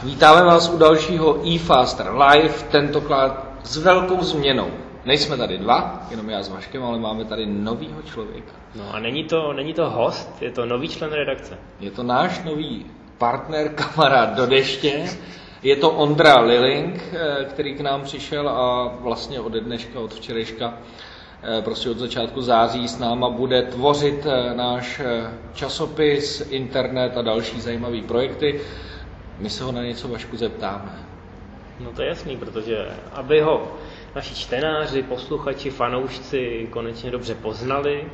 Vítáme vás u dalšího eFaster Live, tentokrát s velkou změnou. Nejsme tady dva, jenom já s Vaškem, ale máme tady novýho člověka. No a není to host, je to nový člen redakce. Je to náš nový partner, kamarád do deště. Je to Ondra Lilling, který k nám přišel a vlastně ode dneška, od včerejška, prostě od začátku září s náma bude tvořit náš časopis, internet a další zajímavé projekty. My se ho na něco, Vašku, zeptáme. No to je jasný, protože aby ho naši čtenáři, posluchači, fanoušci konečně dobře poznali,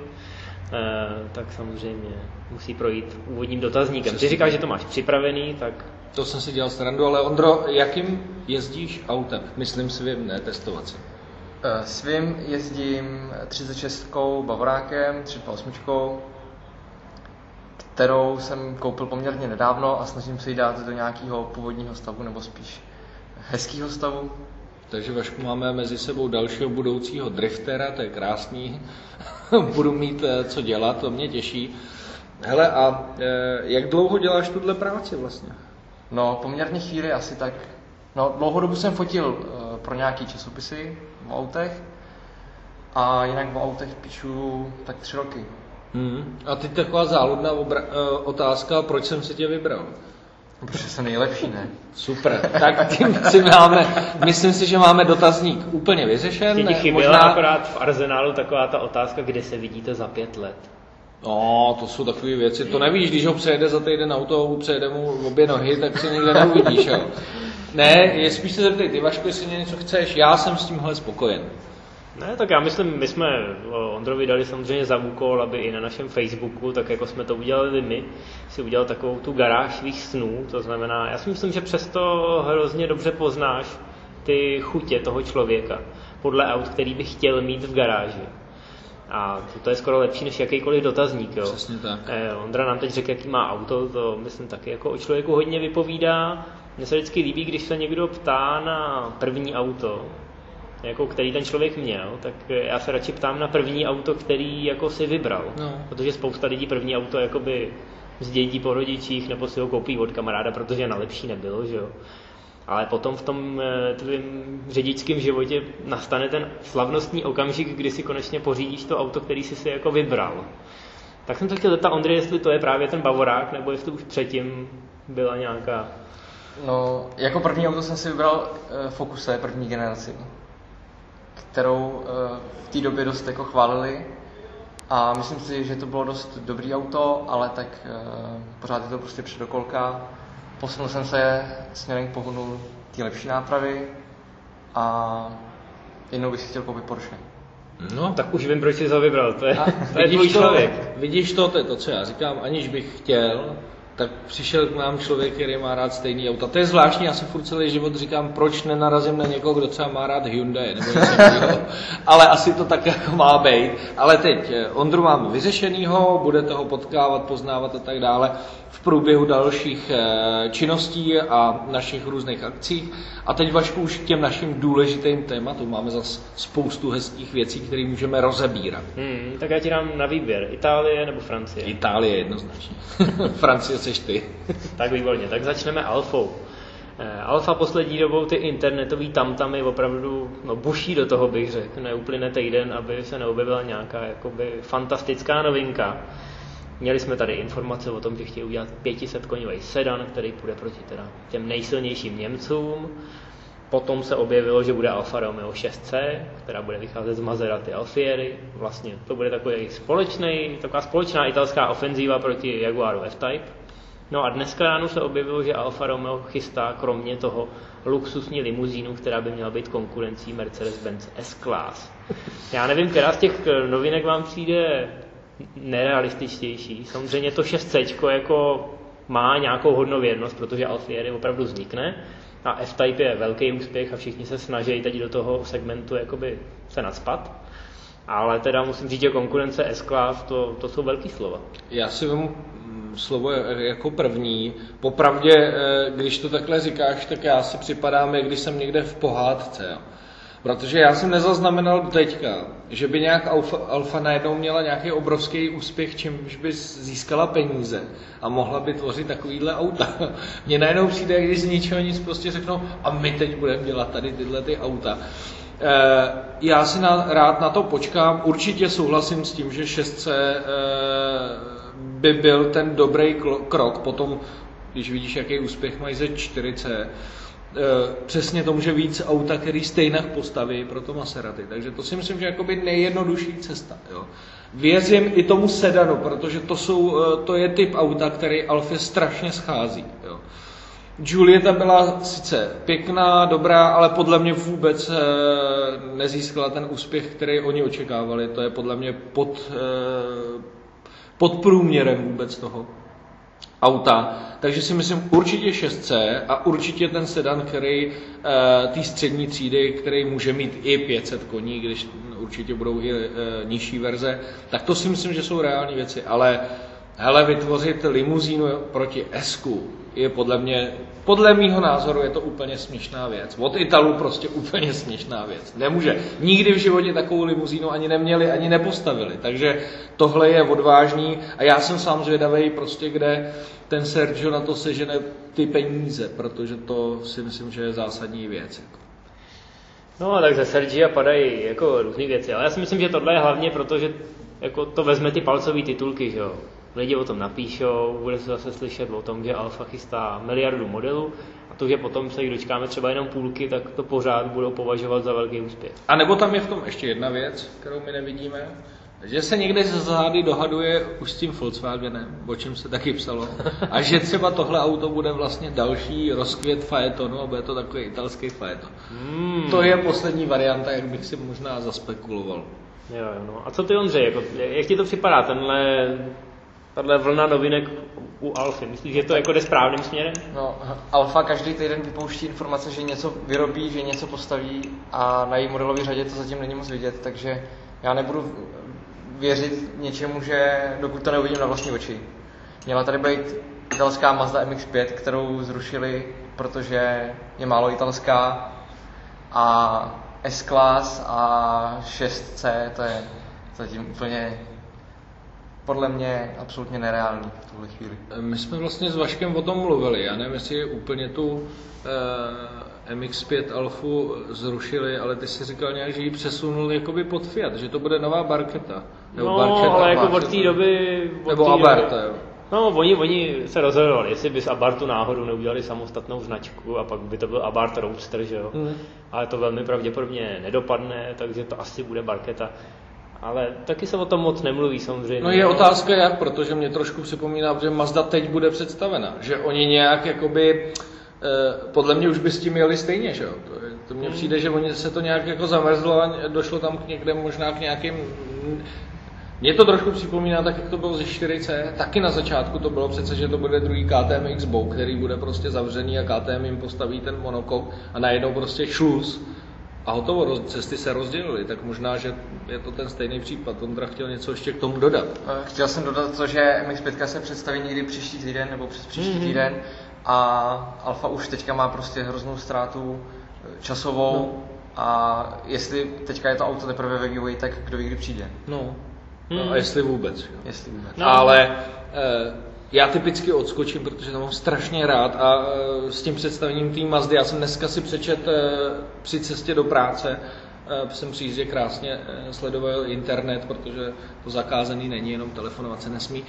tak samozřejmě musí projít úvodním dotazníkem. Ty říkáš, že to máš připravený, tak... To jsem si dělal srandu, ale Ondro, jakým jezdíš autem? Myslím svým, ne testovacím. Svým jezdím 36 Bavorákem, 308, kterou jsem koupil poměrně nedávno a snažím se ji dát do nějakého původního stavu, nebo spíš hezkého stavu. Takže, Vašku, máme mezi sebou dalšího budoucího driftera, to je krásný. Budu mít co dělat, to mě těší. Hele, a jak dlouho děláš tuhle práci vlastně? No, poměrně chvíli asi tak. No, dlouhou dobu jsem fotil pro nějaký časopisy o autech a jinak o autech píšu tak 3 roky. A teď taková záludná otázka, proč jsem si tě vybral? Protože jsem nejlepší, ne? Super, tak tím si myslím si, že máme dotazník úplně vyřešen. Ti chyběla akorát v arzenálu taková ta otázka, kde se vidíte za 5 let. No, to jsou takové věci, to nevíš, když ho přejede za týden auto, přejede mu obě nohy, tak se nikde neuvidíš, jo. Ne, je spíš se zeptej, ty, Vašku, jestli něco chceš, já jsem s tímhle spokojen. Ne, tak já myslím, my jsme Ondrovi dali samozřejmě za úkol, aby i na našem Facebooku, tak jako jsme to udělali my, si udělal takovou tu garáž svých snů, to znamená, já si myslím, že přesto hrozně dobře poznáš ty chutě toho člověka podle aut, který by chtěl mít v garáži. A to je skoro lepší než jakýkoliv dotazník, jo. Přesně tak. Ondra nám teď řekl, jaký má auto, to myslím taky jako o člověku hodně vypovídá. Mně se vždycky líbí, když se někdo ptá na první auto, jako který ten člověk měl, tak já se radši ptám na první auto, který jako si vybral. No. Protože spousta lidí první auto jakoby zdědí po rodičích nebo si ho koupí od kamaráda, protože na lepší nebylo, že jo. Ale potom v tom tvým řidičském životě nastane ten slavnostní okamžik, kdy si konečně pořídíš to auto, který jsi si jako vybral. Tak jsem se chtěl zeptat, Ondry, jestli to je právě ten Bavorák, nebo jestli už předtím byla nějaká... No, jako první auto jsem si vybral Focuse první generaci, kterou v té době dost jako chválili a myslím si, že to bylo dost dobrý auto, ale tak pořád je to prostě předokolka. Posunul jsem se směrem k pohonu té lepší nápravy a jednou bych si chtěl koupit Porsche. No, tak už vím, proč jsi ho vybral, to je tvůj člověk. Vidíš to je to, co já říkám, aniž bych chtěl, tak přišel k nám člověk, který má rád stejný auta. To je zvláštní, já si furt celý život říkám, proč nenarazím na někoho, kdo třeba má rád Hyundai nebo něco takového. Ale asi to tak jako má být. Ale teď Ondru máme vyřešenýho, budete ho potkávat, poznávat a tak dále v průběhu dalších činností a našich různých akcích. A teď, Vašku, už k těm našim důležitým tématům máme zase spoustu hezkých věcí, které můžeme rozebírat. Tak já ti dám na výběr, Itálie nebo Francie? Itálie jednoznačně. Francie seš ty. Tak výborně, tak začneme Alfou. Alfa poslední dobou ty internetový tamtamy opravdu buší do toho, bych řekl. Neuplyne týden, aby se neobjevila nějaká jakoby fantastická novinka. Měli jsme tady informace o tom, že chtějí udělat 500 koňový sedan, který půjde proti teda těm nejsilnějším Němcům. Potom se objevilo, že bude Alfa Romeo 6C, která bude vycházet z Maserati Alfieri. Vlastně to bude taková společná italská ofenzíva proti Jaguaru F-Type. No a dneska ráno se objevilo, že Alfa Romeo chystá kromě toho luxusní limuzínu, která by měla být konkurencí Mercedes-Benz S-Class. Já nevím, která z těch novinek vám přijde nerealističtější. Samozřejmě to 6C jako má nějakou hodnověrnost, protože Alfieri opravdu vznikne. A F-Type je velký úspěch a všichni se snaží teď do toho segmentu jakoby se nacpat. Ale teda musím říct, že konkurence S-Class, to jsou velký slova. Já si vemu slovo jako první. Popravdě, když to takhle říkáš, tak já si připadám, jak když jsem někde v pohádce. Jo. Protože já jsem nezaznamenal do teďka, že by nějak Alfa najednou měla nějaký obrovský úspěch, čímž by získala peníze a mohla by tvořit takovýhle auta. Mně najednou přijde, když z ničeho nic prostě řeknou a my teď budeme dělat tady tyhle ty auta. Já si rád na to počkám. Určitě souhlasím s tím, že 6C by byl ten dobrý krok. Potom, když vidíš, jaký úspěch mají ze 4C, přesně to může víc auta, který stejně postaví pro to Maserati. Takže to si myslím, že je jakoby nejjednodušší cesta. Jo. Věřím i tomu sedanu, protože to je typ auta, který Alfě strašně schází. Jo. Giulietta byla sice pěkná, dobrá, ale podle mě vůbec nezískala ten úspěch, který oni očekávali. To je podle mě pod průměrem vůbec toho auta. Takže si myslím určitě 6C a určitě ten sedan, který té střední třídy, který může mít i 500 koní, když určitě budou i nižší verze, tak to si myslím, že jsou reální věci. Ale hele, vytvořit limuzínu proti S-ku je podle mýho názoru je to úplně směšná věc. Od Italů prostě úplně směšná věc. Nemůže. Nikdy v životě takovou limuzínu ani neměli, ani nepostavili. Takže tohle je odvážný a já jsem sám zvědavej prostě, kde ten Sergio na to sežene ty peníze, protože to si myslím, že je zásadní věc. No a tak ze Sergia padají jako různé věci, ale já si myslím, že tohle je hlavně proto, že jako to vezme ty palcové titulky, že jo. Lidi o tom napíšou, bude se zase slyšet o tom, že Alfa chystá miliardu modelů a to, že potom se jich dočkáme třeba jenom půlky, tak to pořád budou považovat za velký úspěch. A nebo tam je v tom ještě jedna věc, kterou my nevidíme, že se někde ze zády dohaduje už s tím Volkswagenem, o čem se taky psalo, a že třeba tohle auto bude vlastně další rozkvět fajetonu a bude to takový italský fajeton. To je poslední varianta, jak bych si možná zaspekuloval. Jo, no. A co ty, Ondřej, jako, jak ti to připadá, tahle vlna novinek u Alfy? Myslíš, že to jako jde správným směrem? No, Alfa každý týden vypouští informace, že něco vyrobí, že něco postaví a na její modelové řadě to zatím není moc vidět, takže já nebudu věřit něčemu, že dokud to neuvidím na vlastní oči. Měla tady být italská Mazda MX-5, kterou zrušili, protože je málo italská, a S-Class a 6C, to je zatím úplně podle mě absolutně nereálný v tuhle chvíli. My jsme vlastně s Vaškem o tom mluvili, já nevím, jestli úplně tu MX-5 Alfu zrušili, ale ty jsi říkal nějak, že ji přesunuli jakoby pod Fiat, že to bude nová Barchetta. Nebo Barchetta, ale jako od té doby... Nebo Abarta, jo. No, oni se rozhodovali, jestli by z Abartu náhodou neudělali samostatnou značku a pak by to byl Abarth Roadster, že jo. Ale to velmi pravděpodobně nedopadne, takže to asi bude Barchetta. Ale taky se o tom moc nemluví samozřejmě. No je otázka jak, protože mě trošku připomíná, že Mazda teď bude představena, že oni nějak jakoby, podle mě už by s tím jeli stejně, že jo. To mně přijde, že oni se to nějak jako zamrzlo a došlo tam někde možná k nějakým... Mně to trošku připomíná tak, jak to bylo ze 4C, taky na začátku to bylo přece, že to bude druhý KTM X-Bow, který bude prostě zavřený a KTM jim postaví ten monokok a najednou prostě šluz. A hotovo, cesty se rozdělily, tak možná, že je to ten stejný případ. Ondra chtěl něco ještě k tomu dodat. Chtěl jsem dodat to, že MX-5 se představí někdy příští týden nebo přes příští týden a Alfa už teďka má prostě hroznou ztrátu časovou a jestli teďka je to auto teprve ve giveaway, tak kdo ví, kdy přijde. No a jestli vůbec. Jo. Jestli vůbec. No. Ale já typicky odskočím, protože to mám strašně rád a s tím představením té Mazdy, já jsem dneska si přečet při cestě do práce, jsem při jízdě krásně sledoval internet, protože to zakázaný není, jenom telefonovat se nesmí.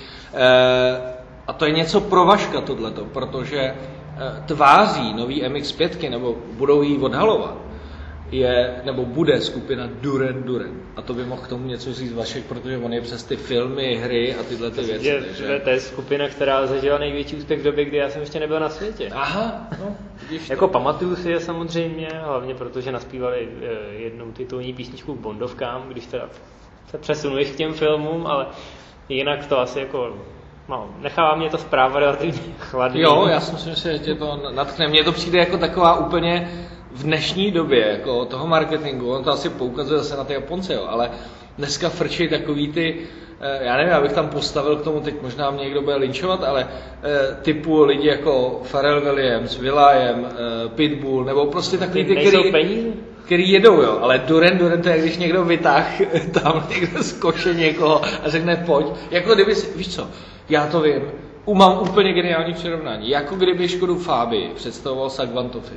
A to je něco pro Vaška tohleto, protože tváří nový MX-5, nebo budou jí odhalovat, nebo bude skupina Duran. A to by mohl k tomu něco říct Vašek, protože on je přes ty filmy, hry a tyhle ty věci. To je skupina, která zažila největší úspěch v době, kdy já jsem ještě nebyl na světě. Aha, no, vidíš to. Jako pamatuju si je samozřejmě, hlavně protože naspívali jednou titulní písničku k Bondovkám, když teda se přesunuješ k těm filmům, ale jinak to asi jako... No, nechává mě to zpráva relativně chladný. Jo, já si myslím, že tě to natkne. Mně to přijde jako taková úplně v dnešní době jako toho marketingu, on to asi poukazuje zase na ty Japonce, jo, ale dneska frčí takový ty, já nevím, abych tam postavil k tomu, teď možná mě někdo bude linčovat, ale typu lidi jako Pharrell Williams, will.i.am, Pitbull, nebo prostě takový ty, nejsou peníze? který jedou, jo, ale Duren to je, když někdo vytáh tam někdo z koše někoho a řekne pojď, jako kdyby si, víš co, já to vím, mám úplně geniální přirovnání, jako kdyby Škodu Fabii představoval Sagvantofi.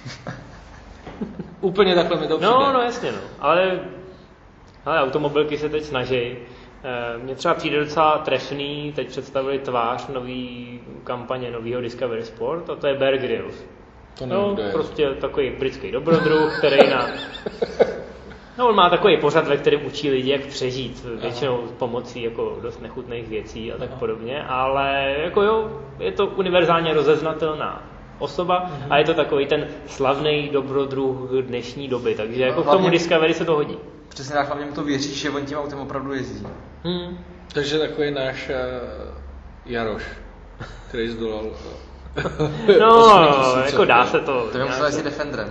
Úplně takhle mi to přijde. No jasně, no, ale automobilky se teď snaží. Mně třeba přijde docela trefný, teď představili tvář nový kampaně nového Discovery Sport a to je Bear Grylls. To nevím, kdo je. Prostě takový britský dobrodruh, který on má takový pořad, ve kterém učí lidi, jak přežít, většinou pomocí jako dost nechutných věcí a tak podobně, ale jako jo, je to univerzálně rozeznatelná osoba a je to takový ten slavný dobrodruh dnešní doby, takže jako k tomu Discovery se to hodí. Přesně tak, hlavně mu to věříš, že on tím autem opravdu jezdí. Takže takový náš Jaroš, který zdolal. Jako dá se to. To by musel jezdit Defenderem.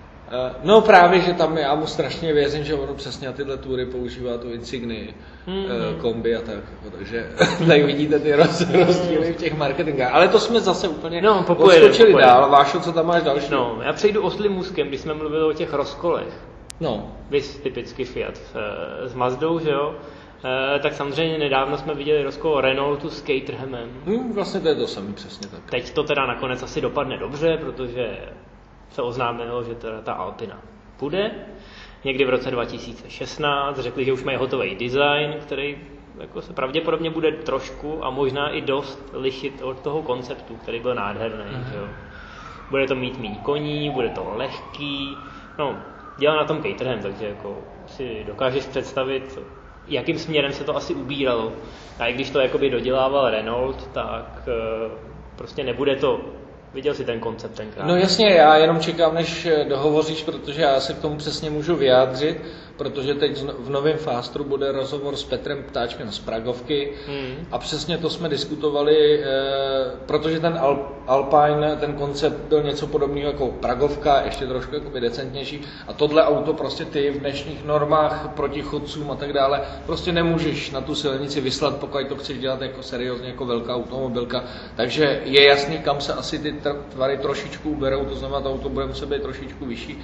No právě, že tam já mu strašně věřím, že ono přesně na tyhle tury používá tu Insigny, kombi a tak. Takže tady vidíte ty rozdíly v těch marketingách. Ale to jsme zase úplně odskočili dál. Vášo, co tam máš další? No, já přejdu oslým můstkem, když jsme mluvili o těch rozkolech. No. Vys typicky Fiat s Mazdou, že jo? Tak samozřejmě nedávno jsme viděli rozkol Renaultu s Caterhamem. Vlastně to je to samé, přesně tak. Teď to teda nakonec asi dopadne dobře, protože se oznámilo, že teda ta Alpina bude. Někdy v roce 2016 řekli, že už mají hotový design, který jako se pravděpodobně bude trošku a možná i dost lišit od toho konceptu, který byl nádherný. Že jo? Bude to mít méně koní, bude to lehký. No, dělá na tom Caterham, takže jako si dokážeš představit, jakým směrem se to asi ubíralo. A i když to jakoby dodělával Renault, tak prostě nebude to. Viděl jsi ten koncept tenkrát? No jasně, já jenom čekám, než dohovoříš, protože já se k tomu přesně můžu vyjádřit, protože teď v novém Fastru bude rozhovor s Petrem Ptáčkem z Pragovky a přesně to jsme diskutovali, protože ten Alpine, ten koncept byl něco podobného jako Pragovka, ještě trošku jakoby decentnější a tohle auto prostě ty v dnešních normách proti chodcům a tak dále prostě nemůžeš na tu silnici vyslat, pokud to chceš dělat jako seriózně, jako velká automobilka, takže je jasný, kam se asi ty tvary trošičku uberou, to znamená, to auto bude muset být trošičku vyšší,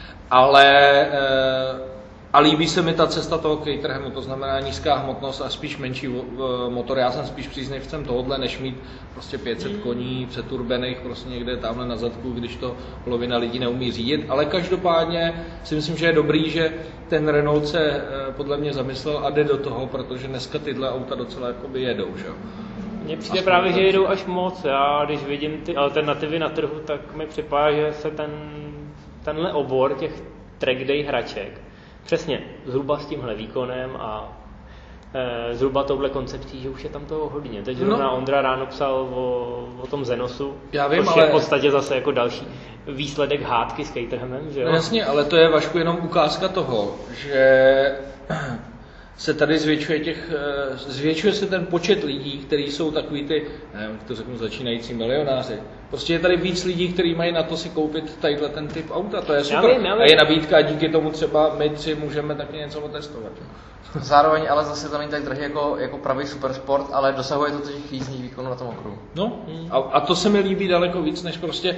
ale a líbí se mi ta cesta toho Caterhamu, to znamená nízká hmotnost a spíš menší motor. Já jsem spíš příznivcem tohohle, než mít prostě 500 koní přeturbených prostě někde tamhle na zadku, když to polovina lidí neumí řídit, ale každopádně si myslím, že je dobrý, že ten Renault se podle mě zamyslel a jde do toho, protože dneska tyhle auta docela jakoby jedou, že jo. Mně přijde právě, že jedou až moc. Já když vidím ty alternativy na trhu, tak mi připadá, že se tenhle obor těch track day hraček přesně zhruba s tímhle výkonem a zhruba touhle koncepcí, že už je tam toho hodně. Teď zrovna Ondra ráno psal o tom Zenosu, já vím, což je v podstatě zase jako další výsledek hádky s Caterhamem, že jo? No jasně, ale to je, Vašku, jenom ukázka toho, že se tady zvětšuje se ten počet lidí, kteří jsou takový ty, nevím, to řeknu, začínající milionáři. Prostě je tady víc lidí, kteří mají na to si koupit tadyhle ten typ auta, to je super. Já vím. A je nabídka a díky tomu třeba my tři můžeme taky něco otestovat. Zároveň ale zase to není tak drahý jako pravý supersport, ale dosahuje to těch jízdních výkonů na tom okruhu. No a to se mi líbí daleko víc, než prostě,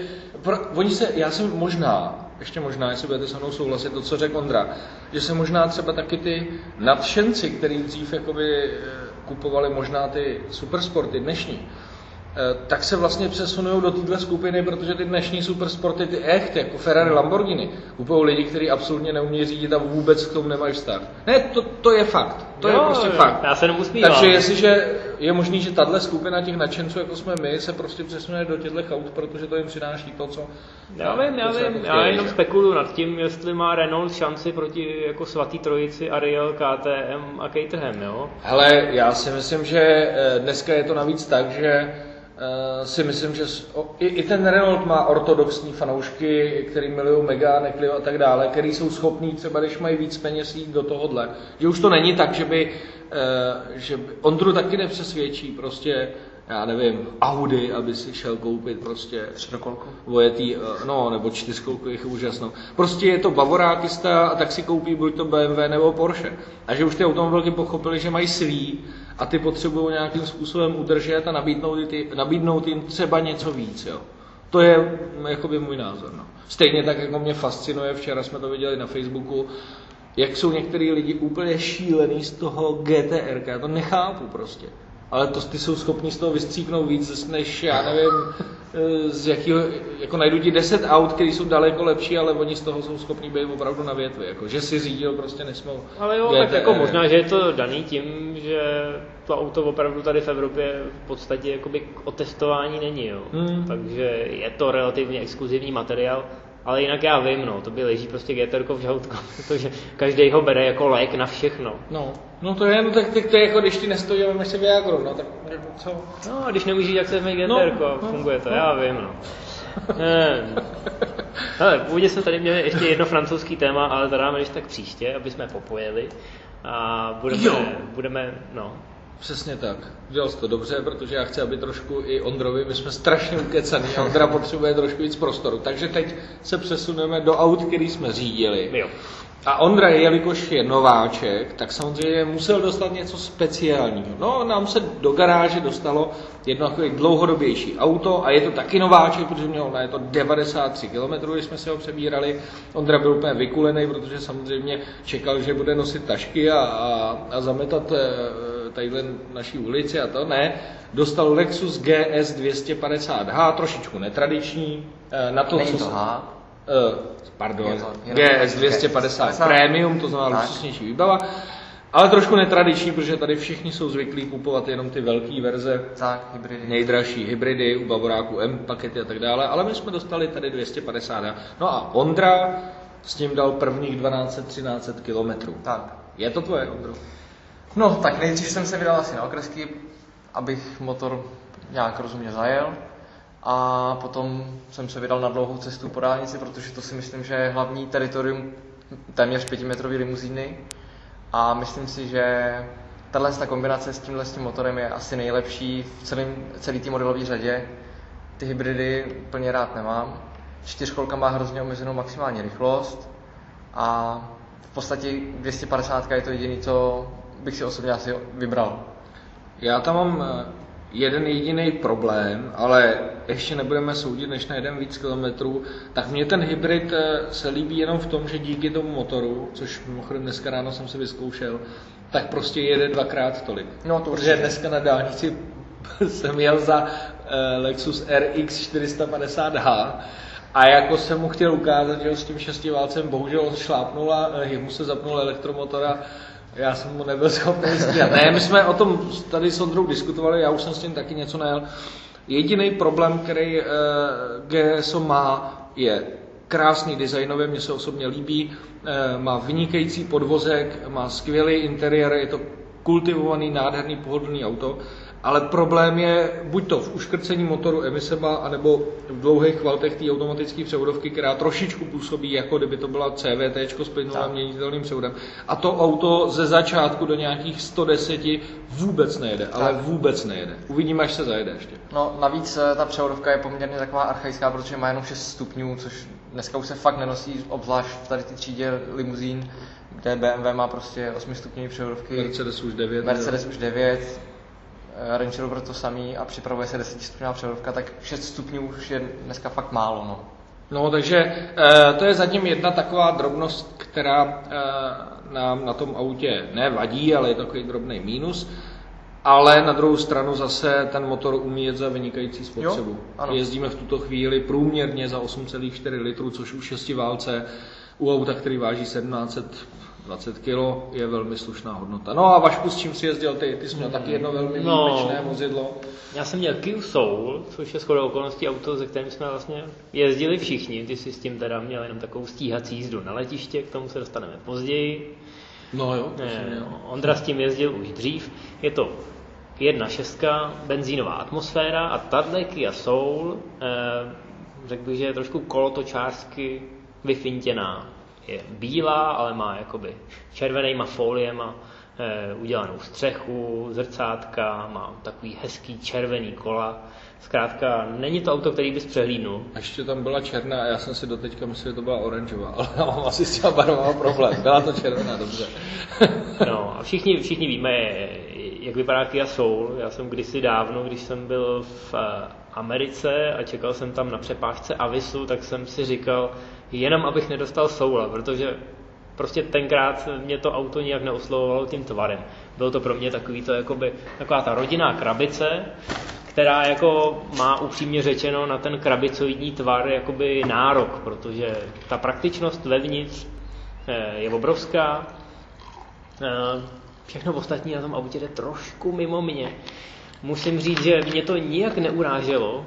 já jsem možná, jestli budete se mnou souhlasit, to, co řekl Ondra, že se možná třeba taky ty nadšenci, který dřív jakoby kupovali možná ty supersporty dnešní, tak se vlastně přesunují do této skupiny, protože ty dnešní supersporty, ty jako Ferrari, Lamborghini, kupují lidi, kteří absolutně neumí řídit a vůbec k tomu nemají vztah. Ne, to je fakt. To je prostě fakt. Já se nemusmívám. Takže jestliže je možný, že tahle skupina těch nadšenců, jako jsme my, se prostě přesune do těchto aut, protože to jim přináší to, co... Já vím. Já jenom spekuluju nad tím, jestli má Renault šanci proti jako svatý trojici Ariel, KTM a Caterham, jo? Hele, já si myslím, že dneska je to navíc tak, že si myslím, že i ten Renault má ortodoxní fanoušky, který milují Megane, Clio a tak dále, který jsou schopní třeba, když mají víc peněz jít do tohohle. Že už to není tak, že by Ondru taky nepřesvědčí prostě, já nevím, Audi, aby si šel koupit prostě vojetý, nebo čtyřkolku, je úžasnou. Prostě je to bavorákista a tak si koupí buď to BMW nebo Porsche. A že už ty automobilky pochopili, že mají svý a ty potřebují nějakým způsobem udržet a nabídnout jim třeba něco víc, jo. To je jakoby můj názor. No. Stejně tak, jako mě fascinuje, včera jsme to viděli na Facebooku, jak jsou některý lidi úplně šílený z toho GTR, já to nechápu prostě. Ale ty jsou schopni z toho vystříknout víc, než já nevím, z jakého, jako najdu ti 10 aut, které jsou daleko lepší, ale oni z toho jsou schopni být opravdu na větvi, jako že si řídil prostě nesmou. Ale jo, GTR. tak jako možná, že je to daný tím, že to auto opravdu tady v Evropě v podstatě jakoby k otestování není, jo. Takže je to relativně exkluzivní materiál. Ale jinak já vím, no, to by leží prostě GTR-ko v žaludku, protože každý ho bere jako lék na všechno. No to je, no tak to je jako když ti nestojí a vemeš si Viagru, no tak co? No a když nemůžeš, jak se vezmeš GTR-ko a funguje to, já vím, no. Hele, původně jsme tady měli ještě jedno francouzský téma, ale to dáme když tak příště, aby jsme popojili a budeme, no. Přesně tak. Dělal jsi to dobře, protože já chci, aby trošku i Ondrovi, my jsme strašně ukecaný a Ondra potřebuje trošku víc prostoru. Takže teď se přesuneme do aut, který jsme řídili. Jo. A Ondra, jelikož je nováček, tak samozřejmě musel dostat něco speciálního. No, nám se do garáže dostalo jedno takové dlouhodobější auto a je to taky nováček, protože mělo na to 93 km, když jsme si ho přebírali. Ondra byl úplně vykulený, protože samozřejmě čekal, že bude nosit tašky a zametat tadyhle naší ulici a to ne. Dostal Lexus GS 250H, trošičku netradiční. Na to, není co to H. Pardon, GS 250 Premium, to znamená luxusnější výbava, ale trošku netradiční, protože tady všichni jsou zvyklí kupovat jenom ty velké verze, tak, hybridy. nejdražší hybridy, u Bavoráku M pakety a tak dále, ale my jsme dostali tady 250. No a Ondra s tím dal prvních 1200-1300 kilometrů. Tak. Je to tvoje, Ondro? No, tak nejdřív jsem se vydal asi na okresky, abych motor nějak rozumně zajel. A potom jsem se vydal na dlouhou cestu po dálnici, protože to si myslím, že je hlavní teritorium téměř 5metrový limuzíny. A myslím si, že tato kombinace s tím motorem je asi nejlepší v celé té modelové řadě. Ty hybridy úplně rád nemám. 4kolka má hrozně omezenou maximální rychlost a v podstatě 250 je to jediné, co bych si osobně asi vybral. Já tam mám jeden jediný problém, ale ještě nebudeme soudit, než najedeme víc kilometrů, tak mně ten hybrid se líbí jenom v tom, že díky tomu motoru, což mimochodem dneska ráno jsem si vyzkoušel, tak prostě jede dvakrát tolik. No, to protože dneska na dálnici jsem jel za Lexus RX 450H a jako jsem mu chtěl ukázat, že s tím šestiválcem bohužel šlápnul a mu se zapnul elektromotor a já jsem mu nebyl schopný stíhat. Ne, my jsme o tom tady s Ondrou diskutovali, já už jsem s tím taky něco najel. Jediný problém, který GSO má, je krásný designově, mně se osobně líbí, má vynikající podvozek, má skvělý interiér, je to kultivovaný, nádherný, pohodlný auto, ale problém je buď to v uškrcení motoru emisema, anebo v dlouhých kvaltech té automatické převodovky, která trošičku působí, jako kdyby to byla CVT s plynulým měnitelným převodem. A to auto ze začátku do nějakých 110 vůbec nejede, ale vůbec nejede. Uvidíme, až se zajede ještě. No, navíc ta převodovka je poměrně taková archaická, protože má jenom 6 stupňů, což dneska už se fakt nenosí, obzvlášť v tady ty třídě limuzín, kde BMW má prostě 8stupňové převodovky. Mercedes už 9. Mercedes už 9. Range Rover to samý a připravuje se 10stupňová převodovka, tak 6 stupňů už je dneska fakt málo. No, takže to je zatím jedna taková drobnost, která nám na tom autě nevadí, ale je takový drobný mínus. Ale na druhou stranu zase ten motor umí jet za vynikající spotřebu. Jezdíme v tuto chvíli průměrně za 8,4 litrů, což u šestiválce u auta, který váží 1720 kg, je velmi slušná hodnota. No a Vašku, s čím jsi jezdil ty? Ty jsi měl taky jedno velmi výjimečné vozidlo. Já jsem měl Kia Soul, což je shodou okolností auto, se kterým jsme vlastně jezdili všichni. Ty jsi s tím teda měl jenom takovou stíhací jízdu na letiště, k tomu se dostaneme později. No jo, Ondra s tím jezdil už dřív. Je to 1.6, benzínová atmosféra a tato Kia Soul, řekl bych, že je trošku kolotočářsky vyfintěná. Je bílá, ale má jakoby červenýma foliema udělanou střechu, zrcátka, má takový hezký červený kola. Zkrátka, není to auto, který bys přehlídnul. A ještě tam byla černá a já jsem si doteďka myslel, že to byla oranžová, ale já mám asi s těma barvama problém. Byla to červená, dobře. No a všichni víme, jak vypadá Kia Soul. Já jsem kdysi dávno, když jsem byl v Americe a čekal jsem tam na přepážce Avisu, tak jsem si říkal, jenom abych nedostal Soula, protože prostě tenkrát mě to auto nijak neoslovovalo tím tvarem. Bylo to pro mě taková ta rodinná krabice, která jako má upřímně řečeno na ten krabicoidní tvar jakoby nárok, protože ta praktičnost vevnitř je obrovská. Všechno ostatní na tom autě jde trošku mimo mě. Musím říct, že mě to nijak neuráželo,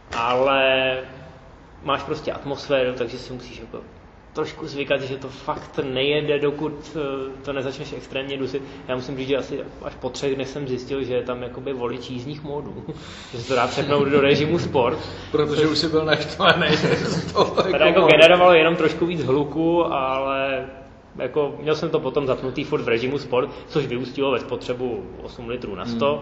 ale máš prostě atmosféru, takže si musíš jako trošku zvykat, že to fakt nejede, dokud to nezačneš extrémně dusit. Já musím říct, že asi až po 3 dnech jsem zjistil, že je tam jakoby volič jízdních módů. Že se to dá přepnout do režimu sport. Protože už si byl naštvaný. Tady jako generovalo jenom trošku víc hluku, ale jako měl jsem to potom zapnutý furt v režimu sport, což vyústilo ve spotřebu 8 litrů na 100.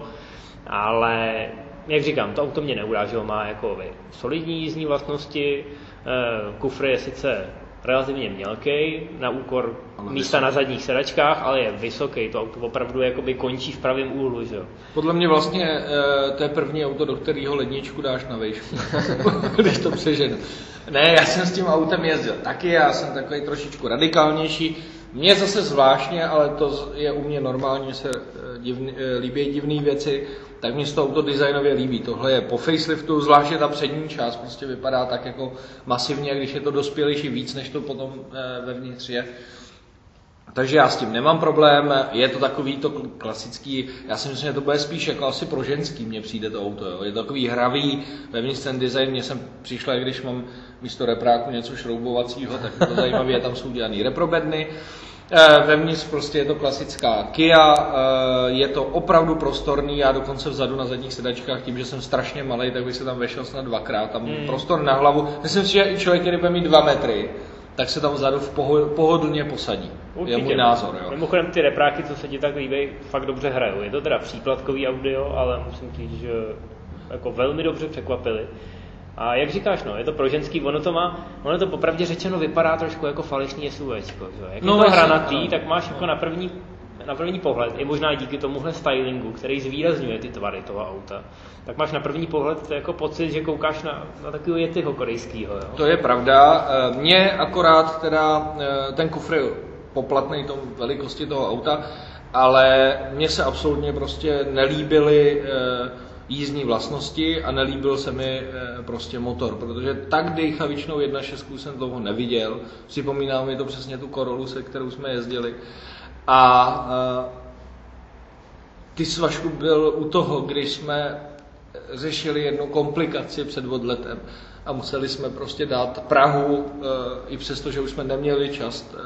Ale jak říkám, to auto mě neuráželo, má jako solidní jízdní vlastnosti, kufr je sice relativně mělký, na úkor místa na zadních sedačkách, ale je vysoký, to auto opravdu jakoby končí v pravém úhlu, že jo. Podle mě vlastně to je první auto, do kterého ledničku dáš na výšku, když to přeženu. Ne, já jsem s tím autem jezdil taky, já jsem takový trošičku radikálnější. Mně zase zvláštně, ale to je u mě normálně, se líbí divné věci, tak mě se to auto designově líbí. Tohle je po faceliftu, zvláště ta přední část prostě vypadá tak jako masivně, když je to dospělejší víc, než to potom vevnitř je. Takže já s tím nemám problém, je to takový to klasický, já si myslím, že to bude spíš jako asi pro ženský, mně přijde to auto, jo. Je to takový hravý, vevnitř ten design, mně jsem přišla, když mám místo repráku něco šroubovacího, tak je to zajímavé, tam jsou dělaný reprobedny. Vevnitř prostě je to klasická Kia, je to opravdu prostorný, já dokonce vzadu na zadních sedačkách, tím, že jsem strašně malej, tak bych se tam vešel snad 2krát, tam prostor na hlavu. Myslím si, že i člověk, který bude mít 2 metry, tak se tam vzadu pohodlně posadí. Určitě. Je můj názor. Jo. Mimochodem ty repráky, co se ti tak líbí, fakt dobře hrajou. Je to teda příplatkový audio, ale musím říct, že jako velmi dobře překvapili. A jak říkáš, no, je to pro ženský, ono to popravdě řečeno vypadá trošku jako falešný SUVčko, že? Jak je to hranatý, tak máš jako na první pohled, i možná díky tomuhle stylingu, který zvýrazňuje ty tvary toho auta, tak máš na první pohled jako pocit, že koukáš na takového Yetiho korejskýho, jo? To je pravda. Mně akorát teda ten kufr je poplatný tom velikosti toho auta, ale mně se absolutně prostě nelíbily jízdní vlastnosti a nelíbil se mi prostě motor, protože tak dejchavičnou 1.6 jsem toho neviděl. Připomíná mi to přesně tu Corollu, se kterou jsme jezdili. A ty jsi, Vašku, byl u toho, když jsme řešili jednu komplikaci před odletem a museli jsme prostě dát Prahu, i přesto, že už jsme neměli čas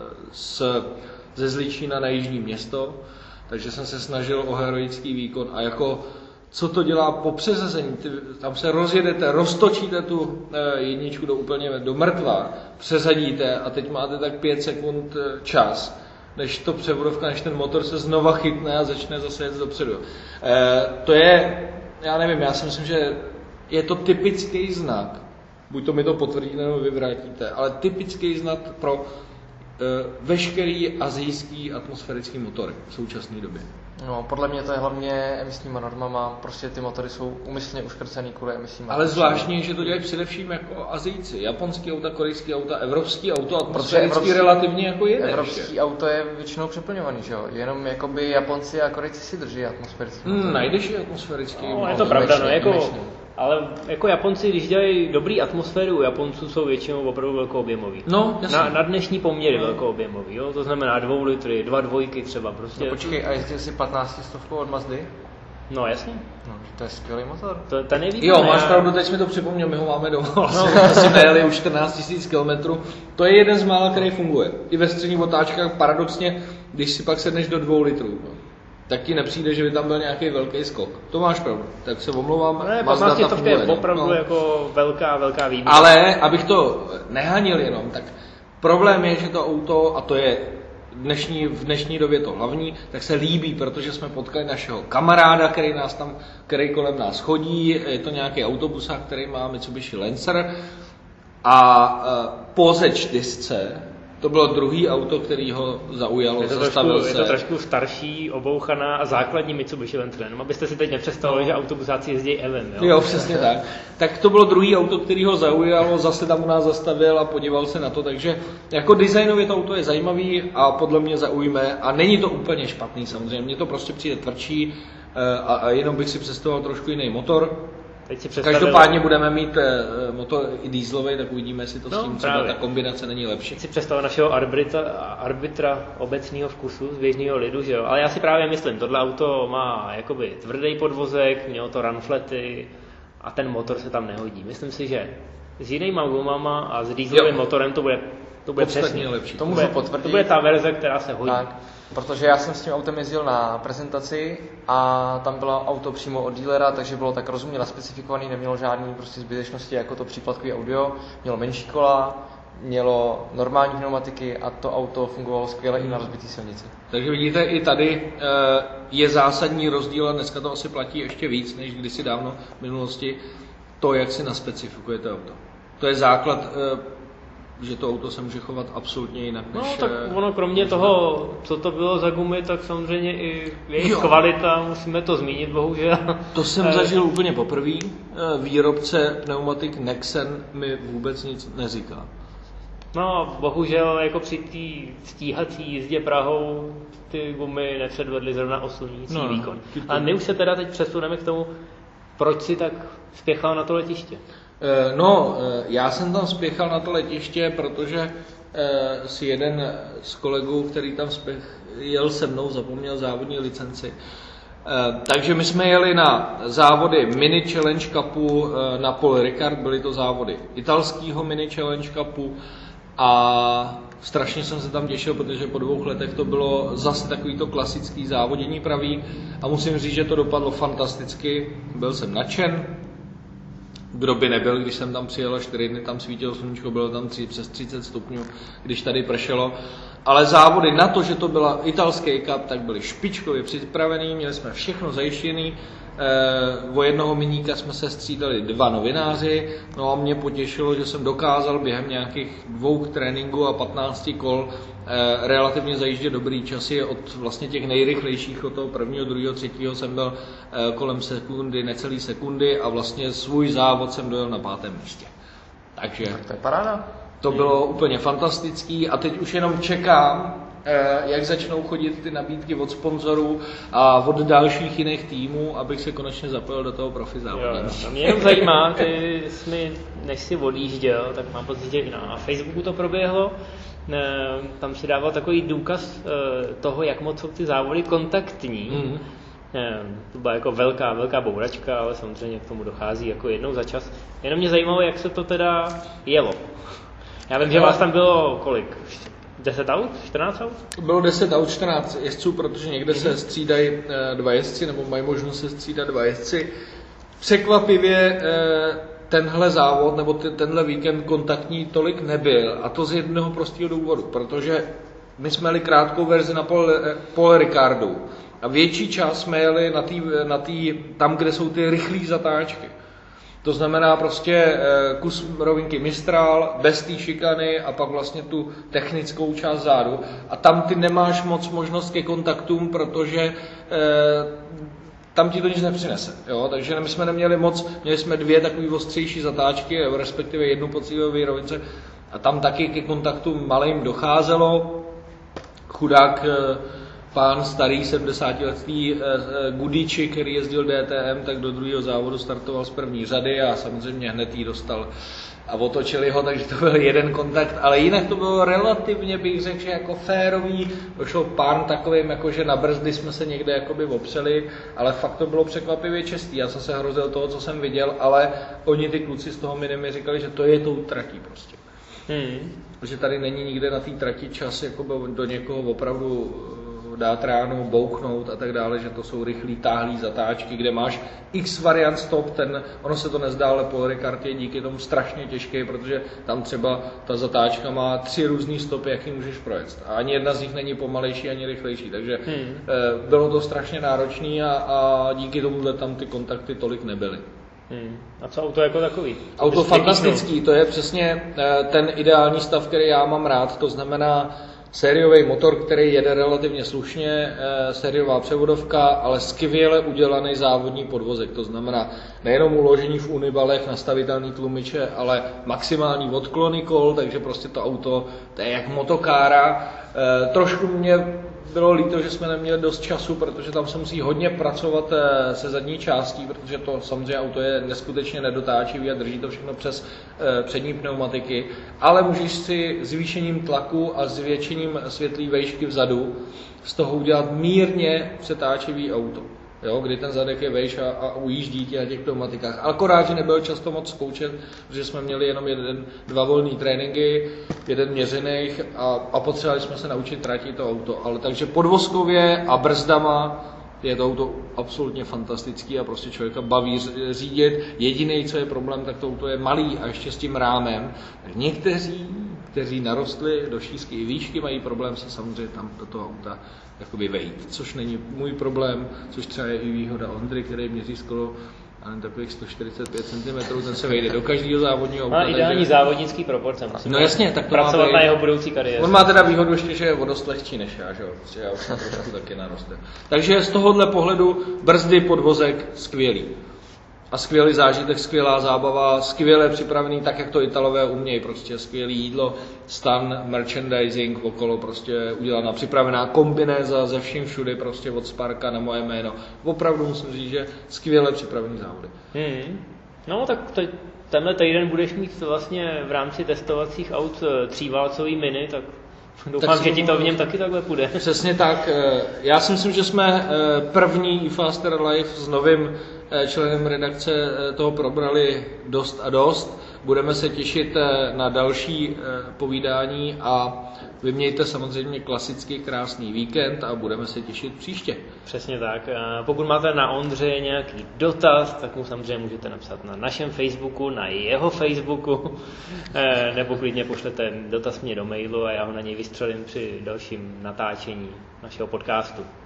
ze Zličína na jižní město, takže jsem se snažil o heroický výkon a jako co to dělá po přeřazení, tam se rozjedete, roztočíte tu jedničku do mrtva, přeřadíte a teď máte tak 5 sekund čas, než to převodovka, než ten motor se znova chytne a začne zase jet dopředu. To je, já nevím, já si myslím, že je to typický znak, buď to mi to potvrdíte nebo vyvrátíte, ale typický znak pro veškerý asijský atmosférický motory v současné době. No, podle mě to je hlavně emisníma normama, prostě ty motory jsou úmyslně uškrcený kvůli emisním. Ale zvláštní, že to dělají především jako Asijci. Japonský auta, korejský auta, evropský auto, atmosférický relativně jako jede. Evropský auto je většinou přeplňovaný, že jo? Jenom jakoby Japonci a Korejci si drží atmosférický. Najdeš i atmosférický. No, je to pravda, no, jako, ale jako Japonci, když dělají dobrý atmosféru, Japonců jsou většinou opravdu velkoobjemový. No, na dnešní poměry velkoobjemový, jo? To znamená 2 litry, 2 dvojky třeba prostě. No, počkej, a jezdil si 15 stovkou od Mazdy? No jasně. No, to je skvělý motor. To nejvíc. Jo, máš pravdu, teď mi to připomněl, my ho máme doma. Asi nejeli už 14 000 km. To je jeden z mála, který funguje. I ve středních otáčkách paradoxně, když si pak sedneš do 2 litrů, tak ti nepřijde, že by tam byl nějaký velký skok. To máš pravdu, tak se omlouvám. Ne, 15 to je opravdu jako velká výběr. Ale abych to nehanil jenom, tak problém je, že to auto, a to je v dnešní době to hlavní, tak se líbí, protože jsme potkali našeho kamaráda, který kolem nás chodí, je to nějaký autobusák, který má Mitsubishi Lancer a po Z4 To bylo druhý auto, který ho zaujalo, zastavil se. Je to trošku starší, obouchaná a základní Mitsubishi Lancer. Abyste si teď nepředstavili, že autobusáci jezdí Evem. Jo, přesně tak. Tak to bylo druhý auto, který ho zaujalo, zase tam u nás zastavil a podíval se na to, takže jako designově to auto je zajímavý a podle mě zaujme a není to úplně špatný samozřejmě, mně to prostě přijde tvrdší a jenom bych si představoval trošku jiný motor. Každopádně budeme mít motor i dieselový, tak uvidíme, jestli to s tím třeba ta kombinace není lepší. Teď si představil našeho arbitra obecného vkusu z běžného lidu, že jo? Ale já si právě myslím, tohle auto má jakoby tvrdý podvozek, mělo to runflety a ten motor se tam nehodí. Myslím si, že s jinýma gumama a s dieselovým motorem to bude přesně lepší. To můžu potvrdit. To bude ta verze, která se hodí. Tak, protože já jsem s tím autem jezdil na prezentaci a tam bylo auto přímo od dealera, takže bylo tak rozumně naspecifikovaný, nemělo žádný prostě zbytečnosti jako to příplatkový audio, mělo menší kola, mělo normální pneumatiky a to auto fungovalo skvěle i na rozbitý silnici. Takže vidíte, i tady je zásadní rozdíl a dneska to asi platí ještě víc, než kdysi dávno v minulosti, to, jak si naspecifikujete auto. To je základ, že to auto se může chovat absolutně jinak. No tak ono kromě toho, co to bylo za gumy, tak samozřejmě i jejich kvalita, musíme to zmínit, bohužel. To jsem zažil úplně poprvé. Výrobce pneumatik Nexen mi vůbec nic neříká. No, bohužel jako při té stíhací jízdě Prahou ty gumy nepředvedly zrovna oslňující výkon. A my už se teda teď přesuneme k tomu, proč si tak spěchal na to letiště. Já jsem tam spěchal na to letiště, protože si jeden z kolegů, který tam jel se mnou, zapomněl závodní licenci. Takže my jsme jeli na závody Mini Challenge Cupu na Paul Ricard, byly to závody italského Mini Challenge Cupu a strašně jsem se tam těšil, protože po 2 letech to bylo zase takovýto klasický závodění pravý a musím říct, že to dopadlo fantasticky, byl jsem nadšen. Kdo by nebyl, když jsem tam přijel 4 dny, tam svítilo sluníčko, bylo tam přes 30 stupňů, když tady pršelo. Ale závody na to, že to byla italský cup, tak byly špičkově připravený, měli jsme všechno zajištěné. O jednoho miníka jsme se střídali 2 novináři, no a mě potěšilo, že jsem dokázal během nějakých 2 tréninků a 15 kol relativně zajíždět dobrý časy od vlastně těch nejrychlejších, od toho 1., 2., 3. jsem byl kolem sekundy, necelý sekundy a vlastně svůj závod jsem dojel na 5. místě. Takže tak to je paráda. To bylo úplně fantastický a teď už jenom čekám, jak začnou chodit ty nabídky od sponzorů a od dalších jiných týmů, abych se konečně zapojil do toho profi závodění. Mě jenom zajímá, ty jsi mi, než jsi odjížděl, tak mám pocit, že i na Facebooku to proběhlo, tam si dával takový důkaz toho, jak moc jsou ty závody kontaktní. To byla jako velká bouračka, ale samozřejmě k tomu dochází jako jednou za čas. Jenom mě zajímalo, jak se to teda jelo. Já vím, že vás tam bylo kolik? 10 aut? 14 aut? Bylo 10 aut, 14 jezdců, protože někde se střídají 2 jezdci, nebo mají možnost se střídat 2 jezdci. Překvapivě tenhle závod, nebo tenhle víkend kontaktní tolik nebyl, a to z jednoho prostého důvodu, protože my jsme jeli krátkou verzi na Paul Ricardu a větší část jsme jeli tam, kde jsou ty rychlé zatáčky. To znamená prostě kus rovinky Mistral, bez té šikany a pak vlastně tu technickou část zádu. A tam ty nemáš moc možnost ke kontaktům, protože tam ti to nic nepřinese. Jo? Takže my jsme neměli moc, měli jsme 2 takové ostřejší zatáčky, respektive 1 po cílové rovince a tam taky ke kontaktům malým docházelo. Chudák pán starý 70letý Gudiči, který jezdil DTM, tak do 2. závodu startoval z 1. řady a samozřejmě hned jí dostal a otočili ho, takže to byl 1 kontakt, ale jinak to bylo relativně, bych řekl, že jako férový, došlo pár takovým, jakože na brzdy jsme se někde jakoby opřeli, ale fakt to bylo překvapivě čestý, já jsem se hrozil toho, co jsem viděl, ale oni ty kluci z toho minimi říkali, že to je tou tratí prostě. Protože tady není nikde na té trati čas jakoby do někoho opravdu dát ránu, bouchnout a tak dále, že to jsou rychlý, táhlý zatáčky, kde máš x variant stop, ono se to nezdá, ale Paul Ricard je díky tomu strašně těžký, protože tam třeba ta zatáčka má 3 různý stopy, jaký můžeš projet. A ani jedna z nich není pomalejší, ani rychlejší, takže bylo to strašně náročný a díky tomuhle tam ty kontakty tolik nebyly. A co auto jako takový? Auto fantastický, to je přesně ten ideální stav, který já mám rád, to znamená sériový motor, který jede relativně slušně, sériová převodovka, ale skvěle udělaný závodní podvozek, to znamená nejenom uložení v unibalech, nastavitelný tlumiče, ale maximální odklony kol, takže prostě to auto, to je jak motokára. Trošku mě bylo líto, že jsme neměli dost času, protože tam se musí hodně pracovat se zadní částí, protože to samozřejmě auto je neskutečně nedotáčivý a drží to všechno přes přední pneumatiky, ale můžeš si zvýšením tlaku a zvětšením světlý vejšky vzadu z toho udělat mírně přetáčivý auto. Jo, kdy ten zadek je vejš a ujíždí ti na těch pneumatikách. Akorát, že nebyl často moc zkoušet, protože jsme měli jenom dva volný tréninky, jeden měřených a potřebovali jsme se naučit tratit to auto. Ale takže podvozkově a brzdama je to auto absolutně fantastický a prostě člověka baví řídit. Jediný, co je problém, tak to auto je malý a ještě s tím rámem. Tak někteří, kteří narostli do šířky i výšky, mají problém se samozřejmě tam do toho auta jakoby vejít, což není můj problém, což třeba je i výhoda Ondry, který měří skoro takových 145 cm, ten se vejde do každého závodního auta. Má ideální závodnický proporce. No jasně, tak to pracovat na jeho budoucí kariéře. On má teda výhodu ještě, že je o dost lehčí než já, že jo? Já už jsem trošku taky naroste. Takže z tohohle pohledu brzdy, podvozek, skvělý. A skvělý zážitek, skvělá zábava, skvěle připravený, tak jak to Italové umějí, prostě skvělé jídlo, stan, merchandising okolo, prostě udělaná, připravená kombinéza ze vším všudy, prostě od Sparka na moje jméno. Opravdu musím říct, že skvěle připravený závody. No tak tenhle týden budeš mít vlastně v rámci testovacích aut tříválcový mini, tak doufám, že ti to v něm taky takhle půjde. Přesně tak. Já si myslím, že jsme první eFaster Live s novým členem redakce toho probrali dost a dost. Budeme se těšit na další povídání a vy mějte samozřejmě klasický krásný víkend a budeme se těšit příště. Přesně tak. Pokud máte na Ondřeje nějaký dotaz, tak mu samozřejmě můžete napsat na našem Facebooku, na jeho Facebooku, nebo klidně pošlete dotaz mě do mailu a já ho na něj vystřelím při dalším natáčení našeho podcastu.